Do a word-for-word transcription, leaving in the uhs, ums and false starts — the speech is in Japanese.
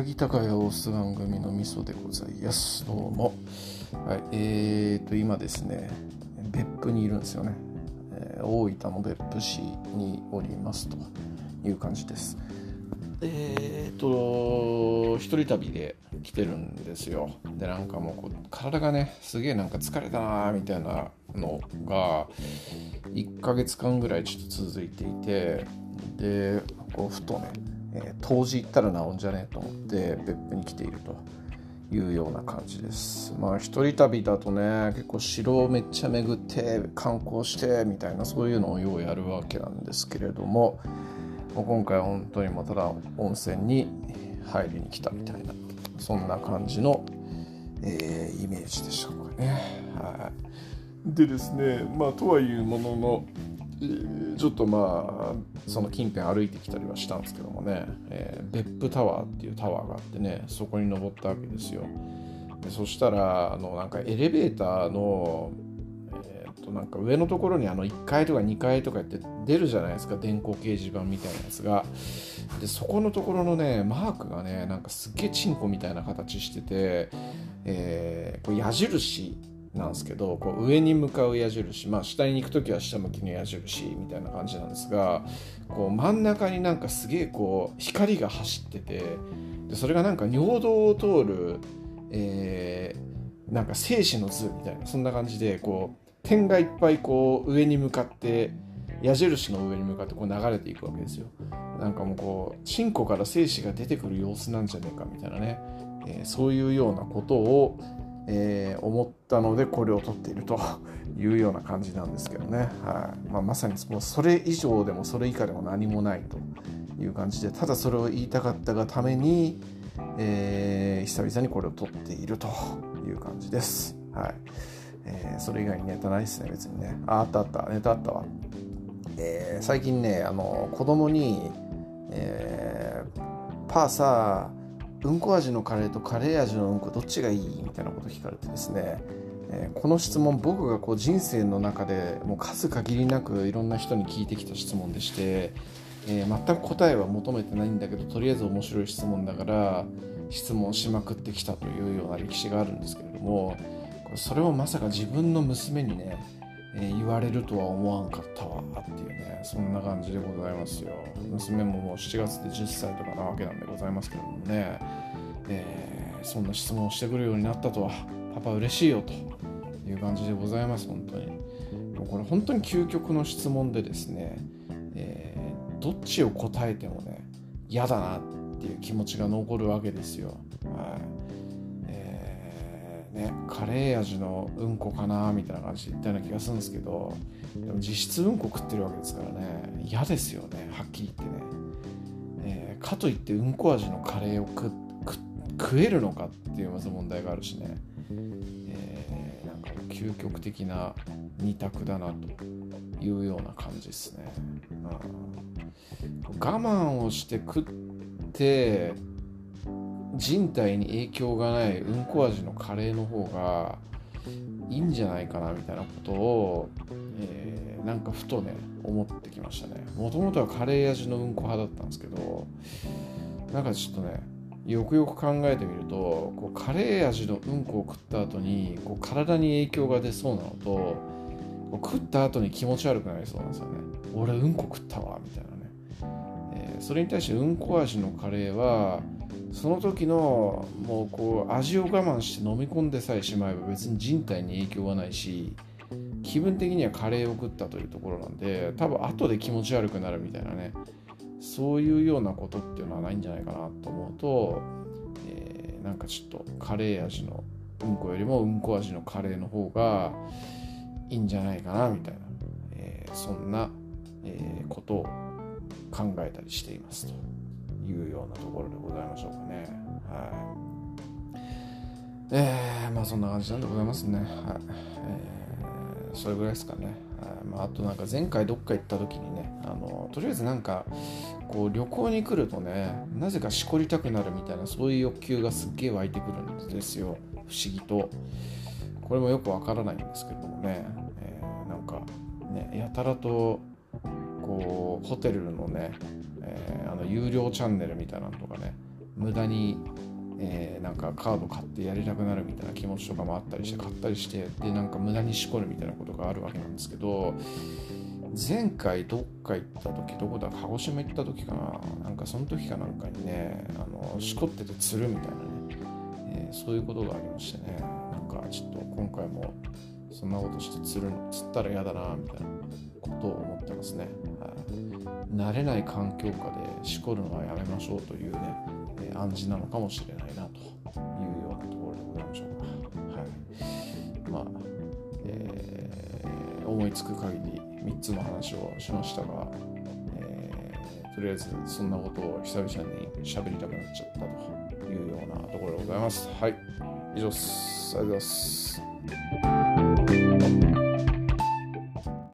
八木隆也を推す番組のみそでございます。どうも。はい、えーと今ですね、別府にいるんですよね。えー、大分の別府市におりますという感じです。えーと一人旅で来てるんですよ。でなんかもうこう体がねすげえなんか疲れたなみたいなのがいっかげつかんぐらいちょっと続いていて、でこうふとね、えー、当時行ったら治んじゃねえと思って別府に来ているというような感じです。まあ一人旅だとね結構城をめっちゃ巡って観光してみたいなそういうのをようやるわけなんですけれども、今回は本当にもうただ温泉に入りに来たみたいなそんな感じの、えー、イメージでしょうかね。はい。でですね、まあとはいうものの、えー、ちょっとまあその近辺歩いてきたりはしたんですけどもね、えー、別府タワーっていうタワーがあってね、そこに登ったわけですよ。でそしたらあのなんかエレベーターのなんか上のところにあのいっかいとかにかいとかって出るじゃないですか、電光掲示板みたいなやつが。でそこのところのねマークがねなんかすっげえチンコみたいな形してて、えー、これ矢印なんですけど、こう上に向かう矢印、まあ下に行くときは下向きの矢印みたいな感じなんですが、こう真ん中になんかすげえこう光が走ってて、でそれがなんか尿道を通る、えー、なんか生死の図みたいなそんな感じでこう点がいっぱいこう上に向かって矢印の上に向かってこう流れていくわけですよ。なんかもうこうチンコから精子が出てくる様子なんじゃねえかみたいなね、えー、そういうようなことを、えー、思ったのでこれを撮っているというような感じなんですけどね。はい。まあ、まさにもうそれ以上でもそれ以下でも何もないという感じで、ただそれを言いたかったがために、えー、久々にこれを撮っているという感じです。はい。えー、それ以外にネタないですね別にね。あ、あったあったネタあったわ。えー、最近ねあの子供に、えー、パーさうんこ味のカレーとカレー味のうんこどっちがいいみたいなこと聞かれてですね、えー、この質問僕がこう人生の中でもう数限りなくいろんな人に聞いてきた質問でして、えー、全く答えは求めてないんだけどとりあえず面白い質問だから質問しまくってきたというような歴史があるんですけれども、それをまさか自分の娘にね、えー、言われるとは思わんかったわっていうね、そんな感じでございますよ。娘ももうしちがつでじゅっさいとかなわけなんでございますけどもね、えー、そんな質問をしてくるようになったとはパパ嬉しいよという感じでございます。本当にもうこれ本当に究極の質問でですね、えー、どっちを答えてもね嫌だなっていう気持ちが残るわけですよ。はい。ね、カレー味のうんこかなみたいな感じで言ったような気がするんですけど、でも実質うんこ食ってるわけですからね、嫌ですよねはっきり言ってね、えー、かといってうんこ味のカレーを食食えるのかっていうまず問題があるしね、えー、なんか究極的な二択だなというような感じですね。うん、我慢をして食って人体に影響がないうんこ味のカレーの方がいいんじゃないかなみたいなことを、えー、なんかふとね思ってきましたね。もともとはカレー味のうんこ派だったんですけど、なんかちょっとねよくよく考えてみるとこうカレー味のうんこを食った後にこう体に影響が出そうなのとこう食った後に気持ち悪くなりそうなんですよね。俺うんこ食ったわみたいなね、えー、それに対してうんこ味のカレーはその時のもうこう味を我慢して飲み込んでさえしまえば別に人体に影響はないし、気分的にはカレーを食ったというところなんで多分後で気持ち悪くなるみたいなね、そういうようなことっていうのはないんじゃないかなと思うと、えー、なんかちょっとカレー味のうんこよりもうんこ味のカレーの方がいいんじゃないかなみたいな、えー、そんな、えー、ことを考えたりしていますというようなところでございましょうかね。はい。えー、まあそんな感じなんでございますね。はい。えー、それぐらいですかね。はい。まああとなんか前回どっか行った時にね、あのとりあえずなんかこう旅行に来るとね、なぜかしこりたくなるみたいなそういう欲求がすっげえ湧いてくるんですよ。不思議と。これもよくわからないんですけどもね、えー、なんかねやたらとこうホテルのね、えー、あの有料チャンネルみたいなのとかね無駄に、えー、なんかカード買ってやりたくなるみたいな気持ちとかもあったりして買ったりしてでなんか無駄にしこるみたいなことがあるわけなんですけど、前回どっか行った時どこだ鹿児島行った時かな、なんかその時かなんかにねあのしこってて釣るみたいなね、えー、そういうことがありましてね、なんかちょっと今回もそんなことして釣る釣ったら嫌だなみたいなことを思ってますね。はい、慣れない環境下でしこるのはやめましょうというね、えー、暗示なのかもしれないなというようなところでございましょうか。はい、まあ、えー、思いつく限りみっつの話をしましたが、えー、とりあえずそんなことを久々に喋りたくなっちゃったというようなところでございます。はい、以上です。ありがとうございます。